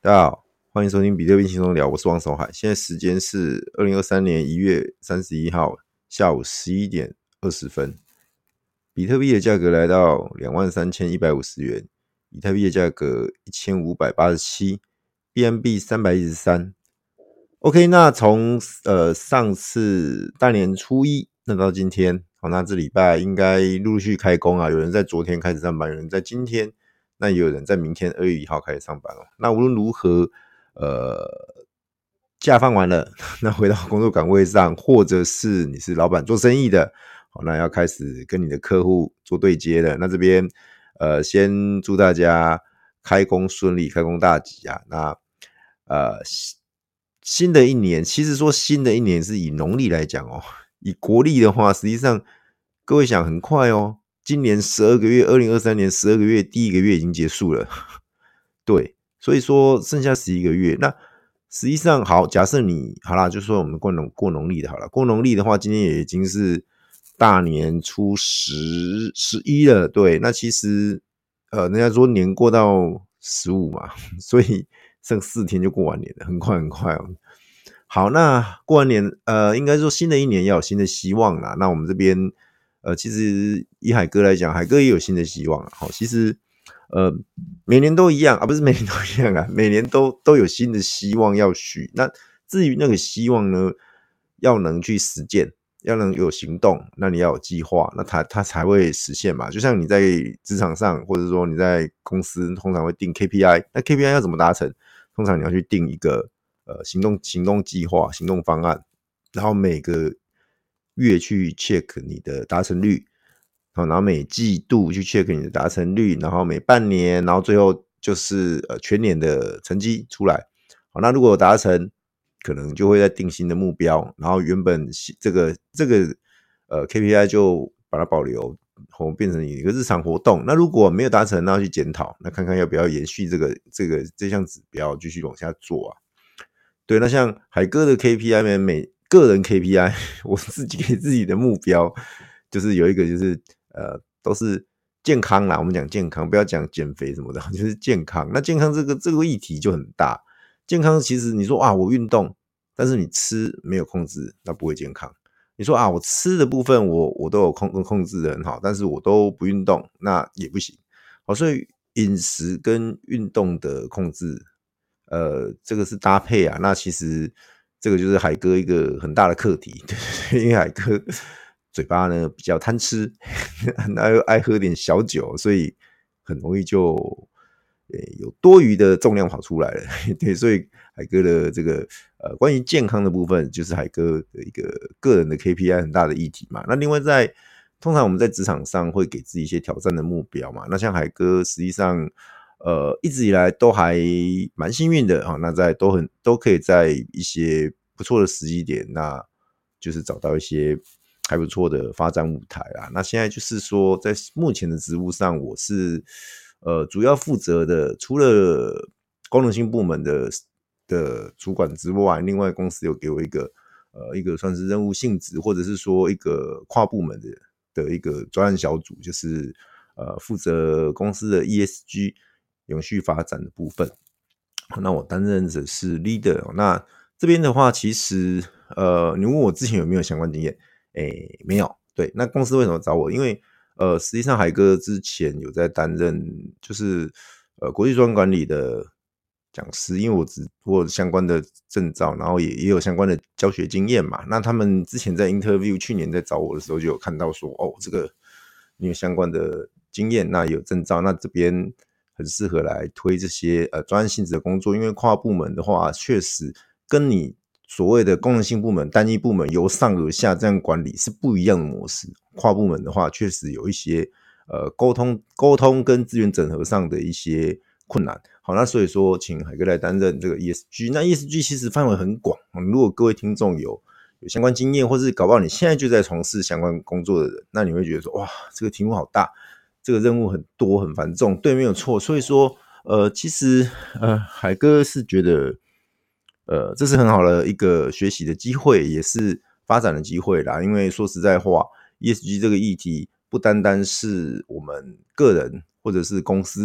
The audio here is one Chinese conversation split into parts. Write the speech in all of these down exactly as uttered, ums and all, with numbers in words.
大家好，欢迎收听比特币轻松聊，我是王守海。现在时间是二零二三年一月三十一号下午十一点二十分。比特币的价格来到两万三千一百五十元，以太币的价格一千五百八十七 ，B N B 三百一十三。OK， 那从呃上次大年初一那到今天，好，那这礼拜应该陆陆续开工啊，有人在昨天开始上班，有人在今天，那也有人在明天二月一号开始上班哦。那无论如何，呃，假放完了，那回到工作岗位上，或者是你是老板做生意的，好，那要开始跟你的客户做对接了。那这边呃，先祝大家开工顺利，开工大吉啊。那呃。新的一年，其实说新的一年是以农历来讲哦，以国历的话，实际上各位想很快哦，今年十二个月，二零二三年十二个月，第一个月已经结束了，对，所以说剩下十一个月，那实际上好，假设你好啦，就说我们过农过农历的好了，过农历的话，今天也已经是大年初十十一了，对，那其实呃，人家说年过到十五嘛，所以剩四天就过完年了，很快很快哦。好，那过完年，呃，应该说新的一年要有新的希望啦。那我们这边，呃，其实以海哥来讲，海哥也有新的希望啊。好，其实，呃，每年都一样啊，不是每年都一样啊，每年都都有新的希望要许。那至于那个希望呢，要能去实践，要能有行动，那你要有计划，那它它才会实现嘛。就像你在职场上，或者说你在公司，通常会定 K P I， 那 K P I 要怎么达成？通常你要去定一个呃行动行动计划、行动方案，然后每个月去 check 你的达成率，然后每季度去 check 你的达成率，然后每半年，然后最后就是呃全年的成绩出来。好，那如果有达成，可能就会再定新的目标，然后原本这个这个呃 K P I 就把它保留。后变成一个日常活动，那如果没有达成，那要去检讨，那看看要不要延续这个这个这项指标继续往下做啊。对，那像海哥的 K P I 每个人 K P I， 我自己给自己的目标就是有一个就是呃都是健康啦，我们讲健康，不要讲减肥什么的，就是健康。那健康这个这个议题就很大，健康其实你说啊我运动，但是你吃没有控制，那不会健康。你说啊，我吃的部分我我都有控控制的很好，但是我都不运动，那也不行。好，所以饮食跟运动的控制，呃，这个是搭配啊。那其实这个就是海哥一个很大的课题，对对对，因为海哥嘴巴呢比较贪吃，那又爱喝点小酒，所以很容易就呃有多余的重量跑出来了。对，所以海哥的这个呃关于健康的部分，就是海哥的一个个人的 K P I 很大的议题嘛。那另外在通常我们在职场上会给自己一些挑战的目标嘛。那像海哥实际上呃一直以来都还蛮幸运的啊，那在都很都可以在一些不错的时机点，那就是找到一些还不错的发展舞台啦。那现在就是说，在目前的职务上，我是呃主要负责的，除了功能性部门的的主管之外，另外公司有给我一个呃一个算是任务性质，或者是说一个跨部门的的一个专案小组，就是呃负责公司的 E S G 永续发展的部分。那我担任的是 leader， 那这边的话，其实呃，你问我之前有没有相关经验，诶，没有。对，那公司为什么找我？因为呃，实际上海哥之前有在担任，就是呃国际专案管理的讲师，因为我只我有相关的证照，然后也也有相关的教学经验嘛。那他们之前在 interview 去年在找我的时候，就有看到说，哦，这个你有相关的经验，那有证照，那这边很适合来推这些呃专案性质的工作，因为跨部门的话，确实跟你所谓的功能性部门、单一部门由上而下这样管理是不一样的模式。跨部门的话，确实有一些呃沟通、沟通跟资源整合上的一些困难。好，那所以说，请海哥来担任这个 E S G。那 E S G 其实范围很广，如果各位听众有有相关经验，或是搞不好你现在就在从事相关工作的人，那你会觉得说，哇，这个题目好大。这个任务很多很繁重，对，没有错。所以说，呃，其实呃，海哥是觉得，呃，这是很好的一个学习的机会，也是发展的机会啦。因为说实在话 ，E S G 这个议题不单单是我们个人或者是公司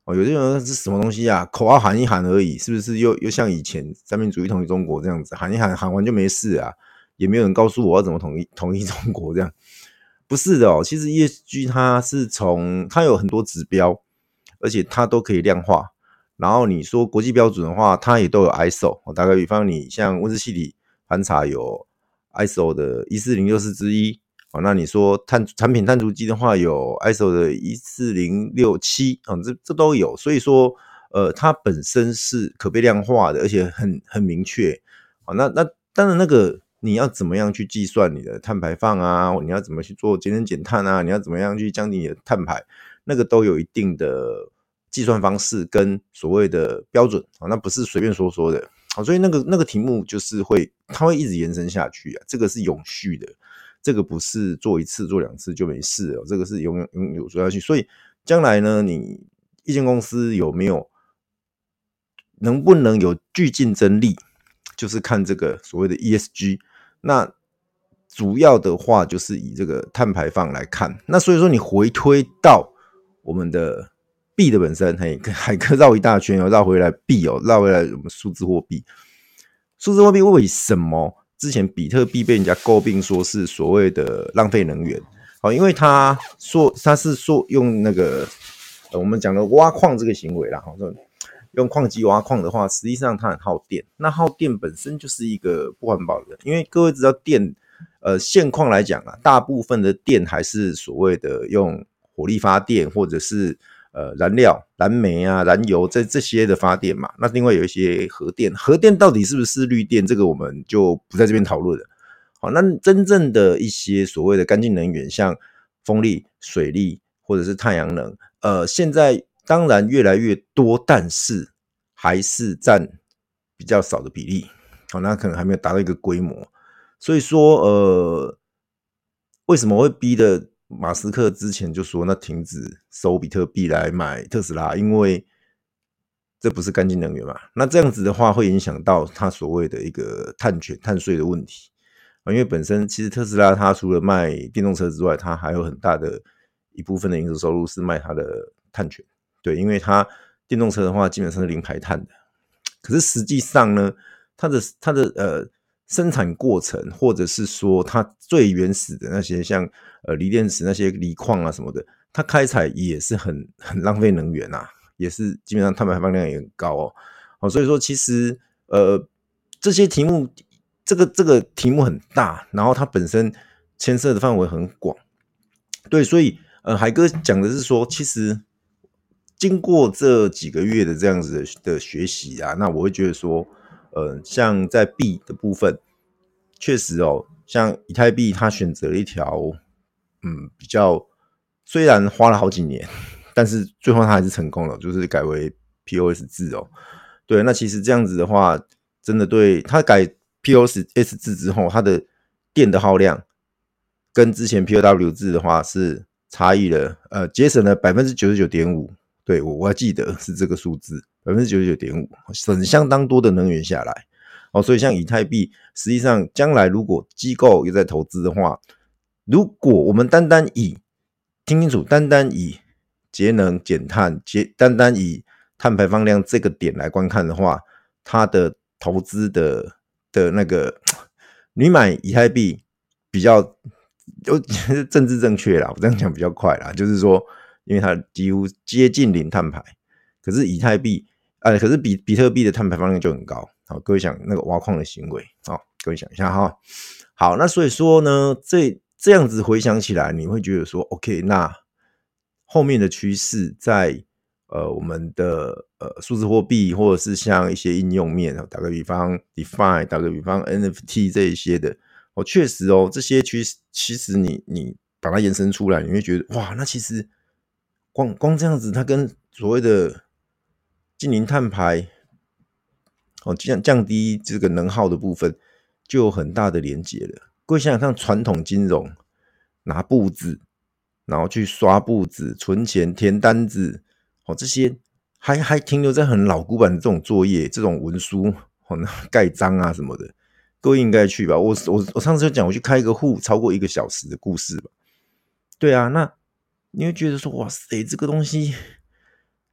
哦，有些人说这是什么东西啊？口号喊一喊而已，是不是又又像以前三民主义统一中国这样子，喊一喊喊完就没事啊？也没有人告诉我要怎么统一统一中国这样？不是的哦，其实 E S G 它是从它有很多指标，而且它都可以量化。然后你说国际标准的话，它也都有 I S O。打个比方，你像温室气体盘查有 I S O 的一四零六四之一。哦，那你说碳产品碳足迹的话，有 I S O 的一四零六七，哦，这这都有，所以说，呃，它本身是可被量化的，而且很很明确。好，那那当然那个你要怎么样去计算你的碳排放啊？你要怎么去做节能减碳啊？你要怎么样去降低你的碳排？那个都有一定的计算方式跟所谓的标准，哦，那不是随便说说的。好，所以那个那个题目就是会，它会一直延伸下去啊，这个是永续的。这个不是做一次做两次就没事了，这个是永远永远做下去。所以将来呢，你一间公司有没有能不能有具竞争力，就是看这个所谓的 E S G。那主要的话就是以这个碳排放来看。那所以说你回推到我们的币的本身，嘿，海哥绕一大圈哦，绕回来币哦，绕回来我们数字货币。数字货币为什么之前比特币被人家诟病说是所谓的浪费能源？好，因为他说他是说用那个、呃、我们讲的挖矿这个行为啦，用矿机挖矿的话，实际上它很耗电。那耗电本身就是一个不环保的，因为各位知道电，呃，现况来讲啊，大部分的电还是所谓的用火力发电，或者是呃燃料、燃煤啊、燃油这这些的发电嘛。那另外有一些核电，核电到底是不是绿电，这个我们就不在这边讨论了。好，那真正的一些所谓的干净能源，像风力、水力或者是太阳能，呃，现在当然越来越多，但是还是占比较少的比例。好，那可能还没有达到一个规模。所以说，呃，为什么会逼的马斯克之前就说那停止收比特币来买特斯拉？因为这不是干净能源嘛。那这样子的话，会影响到他所谓的一个碳权、碳税的问题。因为本身其实特斯拉它除了卖电动车之外，它还有很大的一部分的营收收入是卖它的碳权。对，因为它电动车的话基本上是零排碳的。可是实际上呢，它的它的呃生产过程，或者是说它最原始的那些像呃锂电池那些锂矿啊什么的，它开采也是很很浪费能源啊，也是基本上碳排放量也很高哦。好，所以说其实呃这些题目。这个这个题目很大，然后它本身牵涉的范围很广，对，所以呃，海哥讲的是说，其实经过这几个月的这样子 的, 的学习啊，那我会觉得说，呃，像在币的部分，确实哦，像以太币，它选择了一条嗯比较虽然花了好几年，但是最后它还是成功了，就是改为 P O S 制哦。对，那其实这样子的话，真的对它改 P O S 制之后，它的电的耗量跟之前 P O W 制的话是差异了，呃，节省了 百分之九十九点五， 对，我我还记得是这个数字 百分之九十九点五， 省相当多的能源下来。哦，所以像以太币，实际上将来如果机构也在投资的话，如果我们单单以听清楚，单单以节能减碳，节单单以碳排放量这个点来观看的话，它的投资的的那个，你买以太币比较政治正确啦，我这样讲比较快啦，就是说，因为它几乎接近零碳排，可是以太币，呃，可是比比特币的碳排放量就很高。好，各位想那个挖矿的行为，好，各位想一下哈。好，那所以说呢，这这样子回想起来，你会觉得说 ，OK， 那后面的趋势在呃我们的呃数字货币，或者是像一些应用面，打个比方 DeFi， 打个比方 N F T 这一些的，哦，确实哦，这些趋势其实你你把它延伸出来，你会觉得哇，那其实光光这样子，它跟所谓的近零碳排。哦，降降低这个能耗的部分就有很大的连结了。各位想想看，传统金融拿簿子，然后去刷簿子、存钱、填单子，哦，这些还还停留在很老古板的这种作业、这种文书、哦，盖章啊什么的。各位应该去吧？我我我上次就讲，我去开一个户超过一个小时的故事吧。对啊，那你会觉得说，哇塞，这个东西。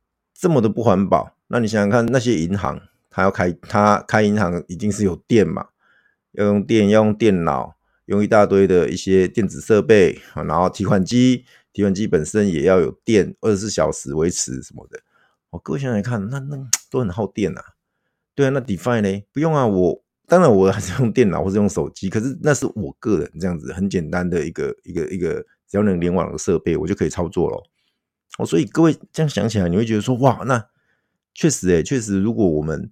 这么的不环保，那你想想看，那些银行，它要开，它开银行一定是有电嘛，要用电，要用电脑，用一大堆的一些电子设备，然后提款机，提款机本身也要有电，二十四小时维持什么的。哦，各位想想看，那那都很耗电啊。对啊，那 DeFi 呢？不用啊，我当然我还是用电脑或是用手机，可是那是我个人这样子很简单的一个一个一个，只要能联网的设备，我就可以操作咯。哦，所以各位这样想起来，你会觉得说，哇，那确实诶，确实，如果我们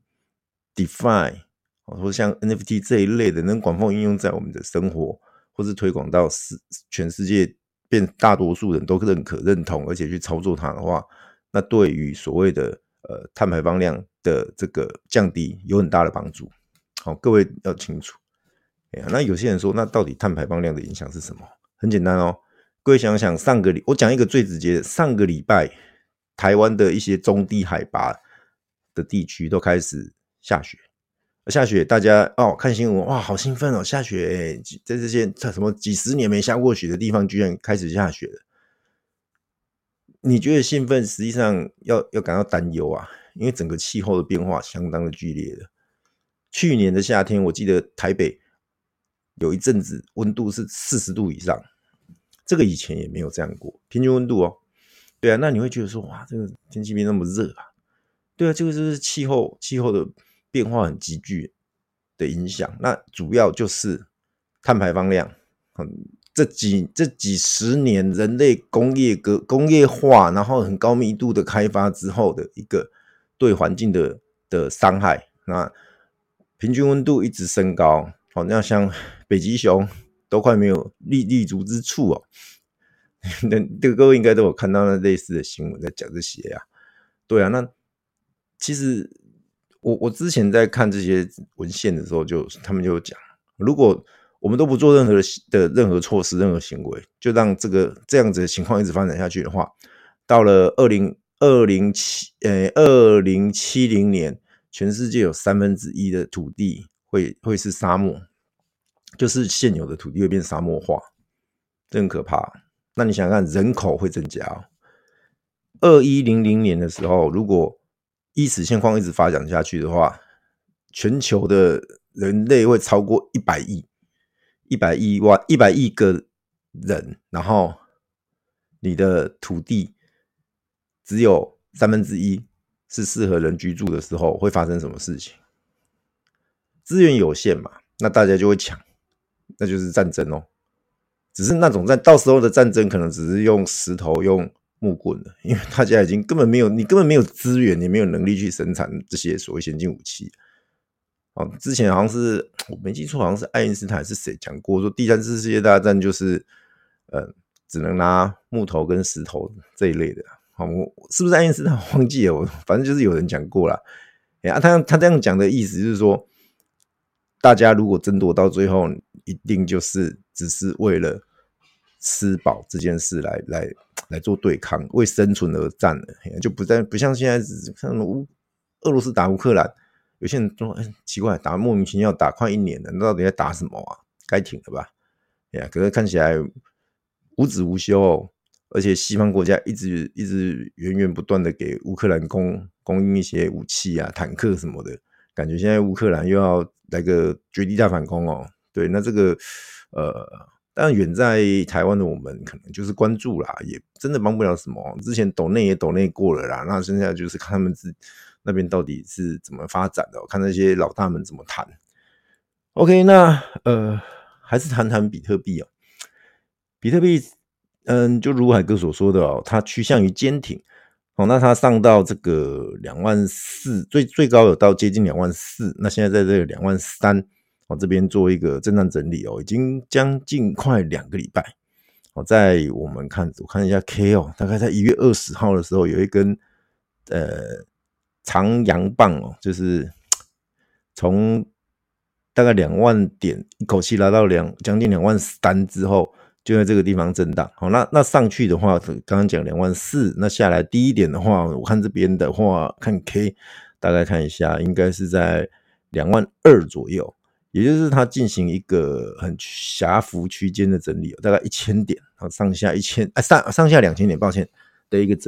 DeFi 或者像 N F T 这一类的，能广泛应用在我们的生活，或是推广到世全世界，变大多数人都认可、认同，而且去操作它的话，那对于所谓的呃碳排放量的这个降低有很大的帮助。好，各位要清楚。那有些人说，那到底碳排放量的影响是什么？很简单哦。各位想想，上个礼我讲一个最直接的，上个礼拜台湾的一些中低海拔的地区都开始下雪，下雪大家哦看新闻哇好兴奋哦，下雪欸，在这些什么几十年没下过雪的地方居然开始下雪了。你觉得兴奋，实际上要要感到担忧啊，因为整个气候的变化相当的剧烈的。去年的夏天，我记得台北有一阵子温度是四十度以上。这个以前也没有这样过，平均温度哦，对啊，那你会觉得说，哇，这个天气变那么热啊？对啊，这个就是气候气候的变化很急剧的影响。那主要就是碳排放量，嗯，这几这几十年人类工业革工业化，然后很高密度的开发之后的一个对环境的的伤害。那平均温度一直升高，好，那像北极熊都快没有立立足之处哦。那这个各位应该都有看到那类似的新闻在讲这些啊。对啊，那其实我我之前在看这些文献的时候就，他们就讲，如果我们都不做任何 的, 的任何措施、任何行为，就让这个这样子的情况一直发展下去的话，到了二零二零七呃二零七零年，全世界有三分之一的土地会会是沙漠。就是现有的土地会变沙漠化，这很可怕。那你想想看，人口会增加哦。二一零零年的时候，如果依此现况一直发展下去的话，全球的人类会超过一百亿，一百亿万，一百亿个人，然后你的土地只有三分之一是适合人居住的时候，会发生什么事情？资源有限嘛，那大家就会抢。那就是战争哦，只是那种战，到时候的战争可能只是用石头、用木棍了，因为大家已经根本没有，你根本没有资源，也没有能力去生产这些所谓先进武器。哦，之前好像是我没记错，好像是爱因斯坦是谁讲过，说第三次世界大战就是呃，只能拿木头跟石头这一类的。好，我是不是爱因斯坦忘记了？我反正就是有人讲过啦。啊，他他这样讲的意思就是说，大家如果争夺到最后，一定就是只是为了吃饱这件事来来来做对抗，为生存而战了，就不再不像现在只看乌俄罗斯打乌克兰，有些人说、欸、奇怪，打莫名其妙打快一年了，那到底在打什么啊？该停了吧？呀，可是看起来无止无休哦，而且西方国家一直一直源源不断的给乌克兰供供应一些武器啊、坦克什么的，感觉现在乌克兰又要来个绝地大反攻哦。对，那这个呃，当然远在台湾的我们可能就是关注啦，也真的帮不了什么。之前抖内也抖内过了啦，那现在就是看他们自那边到底是怎么发展的，看那些老大们怎么谈。OK， 那呃，还是谈谈比特币哦。比特币，嗯，就如海哥所说的哦，它趋向于坚挺。哦，那它上到这个两万四，最最高有到接近两万四，那现在在这个两万三。哦，这边做一个震荡整理哦，已经将近快两个礼拜。哦，在我们看，我看一下 K 哦，大概在一月二十号的时候，有一根呃长阳棒哦，就是从大概两万点一口气拉到两将近两万三之后，就在这个地方震荡。好，那那上去的话，刚刚讲两万四，那下来低一点的话，我看这边的话，看 K 大概看一下，应该是在两万二左右。也就是它进行一个很狭幅区间的整理，大概一千点，上下一千、啊、上上下两千点，抱歉的一个整理。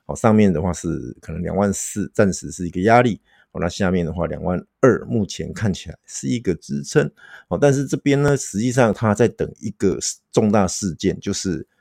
好，上面的话是可能两万四，暂时是一个压力。好，那下面的话两万二，目前看起来是一个支撑。好，但是这边呢，实际上它在等一个重大事件，就是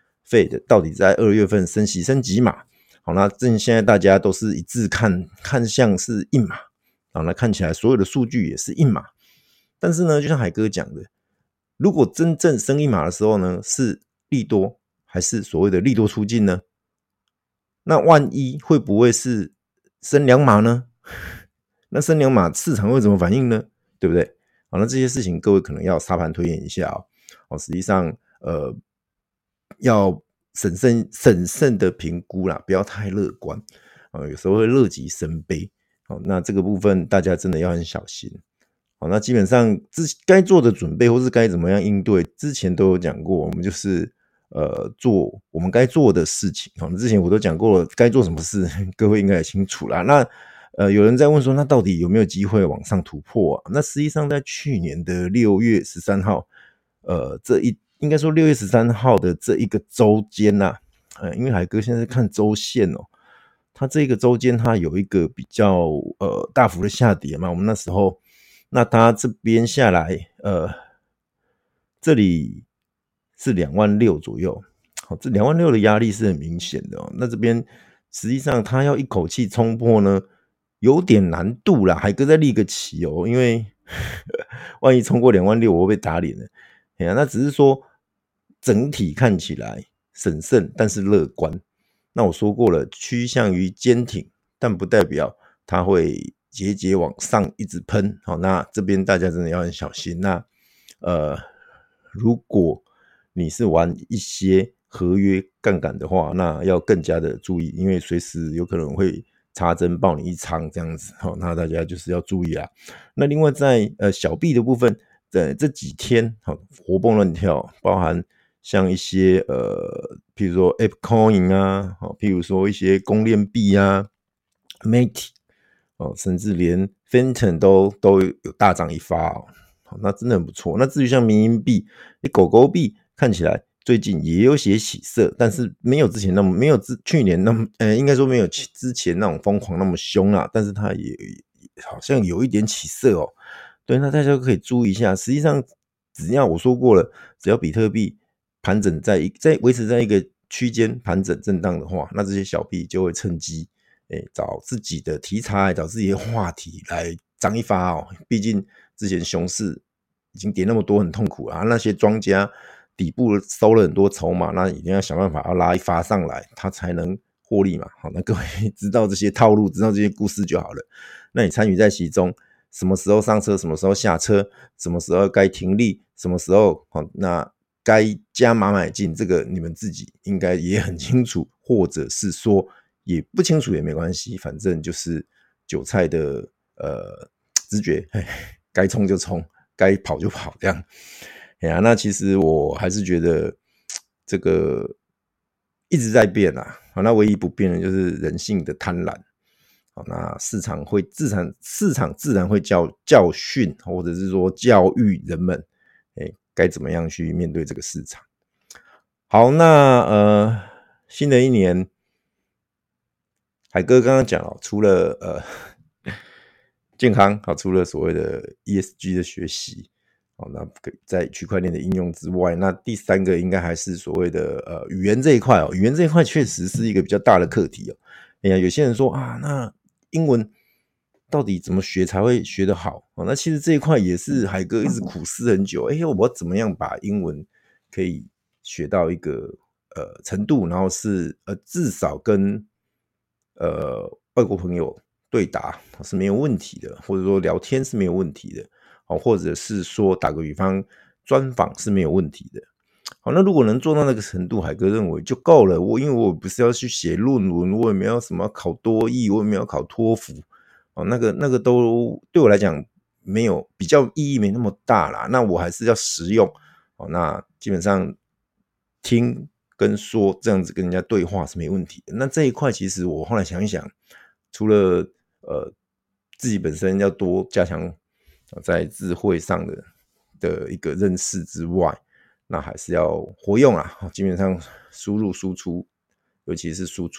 Fed 到底在二月份升息升几码。好，那正现在大家都是一致看看像是一码。好，那看起来所有的数据也是一码。但是呢，就像海哥讲的，如果真正升一码的时候呢，是利多还是所谓的利多出尽呢？那万一会不会是升两码呢？那升两码市场会怎么反应呢？对不对？好，那这些事情各位可能要沙盘推演一下哦。哦，实际上呃要审慎审慎的评估啦，不要太乐观。哦，有时候会乐极生悲。好，那这个部分大家真的要很小心。好，那基本上该做的准备或是该怎么样应对，之前都有讲过，我们就是呃做我们该做的事情。好，之前我都讲过了，该做什么事，各位应该也清楚啦。那呃有人在问说，那到底有没有机会往上突破啊？那实际上在去年的六月十三号，呃，这一应该说六月十三号的这一个周间呐、啊，呃，因为海哥现在看周线哦。它这个周间它有一个比较呃大幅的下跌嘛，我们那时候那它这边下来呃这里是两万六左右，好，这两万六的压力是很明显的哦。那这边实际上它要一口气冲破呢，有点难度啦，海哥再立个旗哦，因为万一冲过两万六，我会被打脸的。哎呀，那只是说整体看起来审慎，但是乐观。那我说过了，趋向于坚挺，但不代表它会节节往上一直喷。好，那这边大家真的要很小心。那呃，如果你是玩一些合约杠杆的话，那要更加的注意，因为随时有可能会插针爆你一仓这样子。好，那大家就是要注意啦。那另外在呃小币的部分，在这几天好活蹦乱跳，包含像一些呃，譬如说 ApeCoin 啊，好，譬如说一些公链币啊 ，Matic 哦，甚至连 Fenton 都都有大涨一发哦，好，那真的很不错。那至于像民营币、狗狗币，看起来最近也有些起色，但是没有之前那么没有之去年那么，呃，应该说没有之前那种疯狂那么凶啦，但是它也好像有一点起色哦。对，那大家可以注意一下。实际上，只要我说过了，只要比特币盘整在一在维持在一个区间盘整震荡的话，那这些小币就会趁机，诶，找自己的题材，找自己的话题来涨一发哦。毕竟之前熊市已经跌那么多，很痛苦啊。那些庄家底部收了很多筹码，那一定要想办法要拉一发上来，他才能获利嘛。好，那各位知道这些套路，知道这些故事就好了。那你参与在其中，什么时候上车，什么时候下车，什么时候该停利，什么时候好，那该加码买进，这个你们自己应该也很清楚，或者是说也不清楚也没关系，反正就是韭菜的呃直觉，该冲就冲，该跑就跑，这样。哎呀，那其实我还是觉得这个一直在变啊，那唯一不变的就是人性的贪婪。好，那市场会自然市场自然会教教训，或者是说教育人们，哎，该怎么样去面对这个市场。好，那呃，新的一年，海哥刚刚讲了，除了呃健康，好，除了所谓的 E S G 的学习，好，那在区块链的应用之外，那第三个应该还是所谓的呃语言这一块哦，语言这一块确实是一个比较大的课题哦。哎呀，有些人说啊，那英文到底怎么学才会学得好？哦，那其实这一块也是海哥一直苦思很久。哎，我怎么样把英文可以学到一个呃程度，然后是呃至少跟呃外国朋友对答是没有问题的，或者说聊天是没有问题的，好，或者是说打个比方，专访是没有问题的。好，那如果能做到那个程度，海哥认为就够了。我因为我不是要去写论文，我也没有什么考多益，我也没有考托福，哦，那个那个都对我来讲没有比较意义没那么大啦。那我还是要实用，哦，那基本上听跟说这样子跟人家对话是没问题的。那这一块其实我后来想一想，除了呃自己本身要多加强在智慧上的的一个认识之外，那还是要活用啦，基本上输入输出，尤其是输出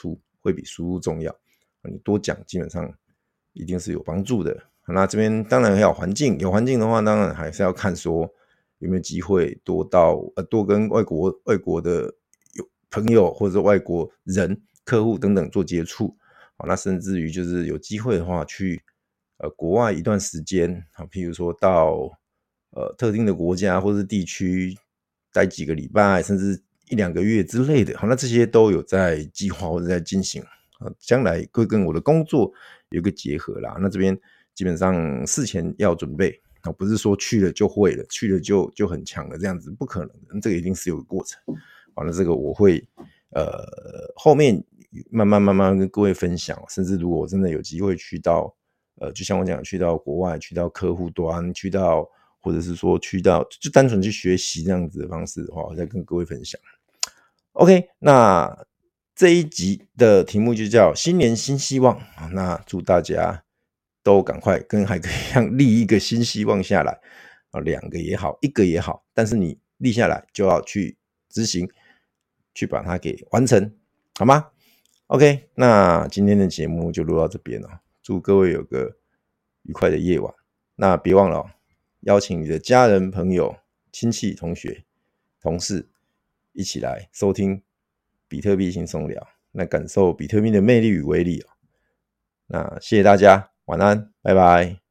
会比输入重要。你多讲基本上一定是有帮助的。那这边当然还有环境，有环境的话，当然还是要看说有没有机会多到呃多跟外国外国的有朋友或者外国人、客户等等做接触。好，那甚至于就是有机会的话去呃国外一段时间，好，譬如说到呃特定的国家或是地区待几个礼拜，甚至一两个月之类的。好，那这些都有在计划或者在进行。将来会跟我的工作有一个结合啦。那这边基本上事前要准备，不是说去了就会了，去了就就很强了，这样子不可能的，这个一定是有个过程。好，那这个我会呃后面慢慢慢慢跟各位分享，甚至如果我真的有机会去到呃，就像我讲，去到国外，去到客户端，去到或者是说去到就单纯去学习这样子的方式的话，我再跟各位分享。OK， 那这一集的题目就叫新年新希望。那祝大家都赶快跟海哥一样立一个新希望下来，两个也好，一个也好，但是你立下来就要去执行，去把它给完成，好吗？ OK， 那今天的节目就录到这边了，祝各位有个愉快的夜晚。那别忘了、哦、邀请你的家人、朋友、亲戚、同学、同事一起来收听比特币轻松聊，那感受比特币的魅力与威力、哦、那谢谢大家，晚安，拜拜。